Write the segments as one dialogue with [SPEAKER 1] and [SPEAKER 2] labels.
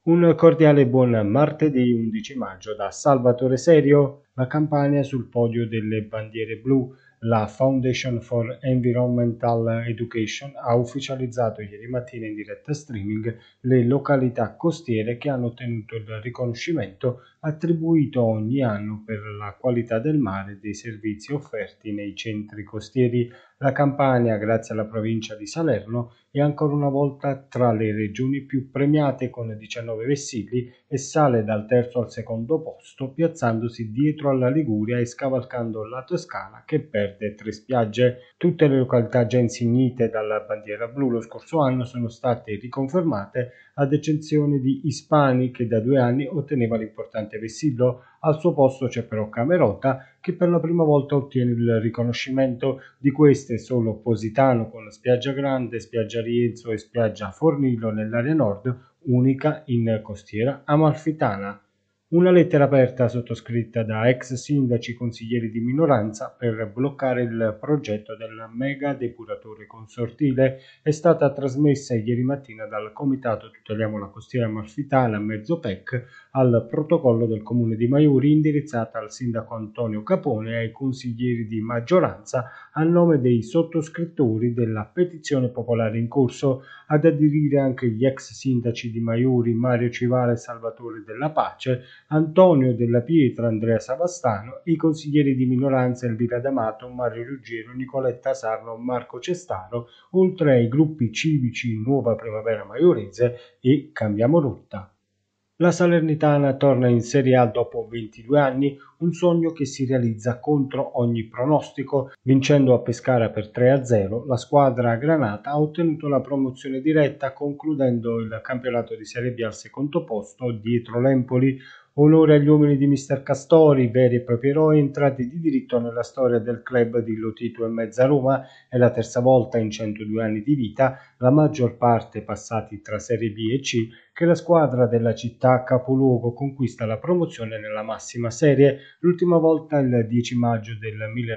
[SPEAKER 1] Un cordiale buon martedì 11 maggio da Salvatore Serio. La Campania sul podio delle bandiere blu. La Foundation for Environmental Education ha ufficializzato ieri mattina in diretta streaming le località costiere che hanno ottenuto il riconoscimento attribuito ogni anno per la qualità del mare e dei servizi offerti nei centri costieri. La Campania, grazie alla provincia di Salerno, è ancora una volta tra le regioni più premiate con 19 vessilli e sale dal terzo al secondo posto, piazzandosi dietro alla Liguria e scavalcando la Toscana che perde 3 spiagge. Tutte le località già insignite dalla bandiera blu lo scorso anno sono state riconfermate, ad eccezione di Ispani che da 2 anni otteneva l'importante vessillo. Al suo posto c'è però Camerota che per la prima volta ottiene il riconoscimento. Di queste solo Positano con Spiaggia Grande, Spiaggia Rienzo e Spiaggia Fornillo nell'area nord, unica in costiera amalfitana. Una lettera aperta sottoscritta da ex sindaci consiglieri di minoranza per bloccare il progetto del mega depuratore consortile è stata trasmessa ieri mattina dal comitato Tuteliamo la costiera amalfitana mezzo PEC al protocollo del comune di Maiuri, indirizzata al sindaco Antonio Capone e ai consiglieri di maggioranza a nome dei sottoscrittori della petizione popolare in corso. Ad aderire anche gli ex sindaci di Maiuri Mario Civale e Salvatore Della Pace, Antonio Della Pietra, Andrea Savastano, i consiglieri di minoranza Elvira D'Amato, Mario Ruggero, Nicoletta Sarno, Marco Cestaro, oltre ai gruppi civici Nuova Primavera Maiorese e Cambiamo Rotta. La Salernitana torna in Serie A dopo 22 anni, un sogno che si realizza contro ogni pronostico. Vincendo a Pescara per 3-0, la squadra granata ha ottenuto la promozione diretta, concludendo il campionato di Serie B al secondo posto dietro l'Empoli. Onore agli uomini di Mister Castori, veri e propri eroi entrati di diritto nella storia del club di Lotito e Mezza Roma. È la terza volta in 102 anni di vita, la maggior parte passati tra Serie B e C, che la squadra della città capoluogo conquista la promozione nella massima serie, l'ultima volta il 10 maggio del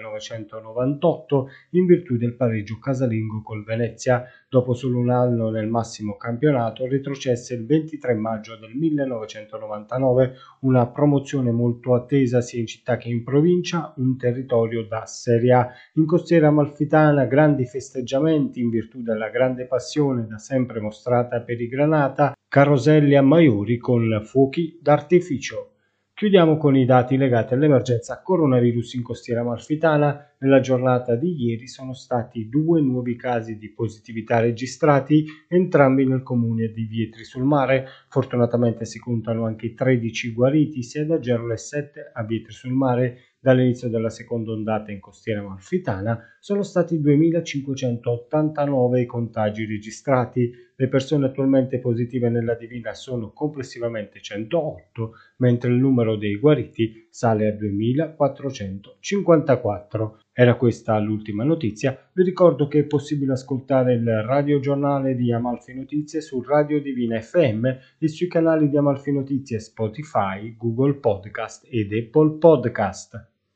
[SPEAKER 1] 1998 in virtù del pareggio casalingo col Venezia. Dopo solo un anno nel massimo campionato retrocesse il 23 maggio del 1999, una promozione molto attesa sia in città che in provincia, un territorio da Serie A. In costiera amalfitana grandi festeggiamenti in virtù della grande passione da sempre mostrata per i Granata, caroselli a Maiuri con fuochi d'artificio. Chiudiamo con i dati legati all'emergenza coronavirus in costiera amalfitana. Nella giornata di ieri sono stati 2 nuovi casi di positività registrati, entrambi nel comune di Vietri sul Mare. Fortunatamente si contano anche 13 guariti, 6 ad Agerola e 7 a Vietri sul Mare. Dall'inizio della seconda ondata in costiera amalfitana sono stati 2.589 i contagi registrati. Le persone attualmente positive nella Divina sono complessivamente 108, mentre il numero dei guariti sale a 2.454. Era questa l'ultima notizia. Vi ricordo che è possibile ascoltare il radiogiornale di Amalfi Notizie su Radio Divina FM e sui canali di Amalfi Notizie Spotify, Google Podcast ed Apple Podcast.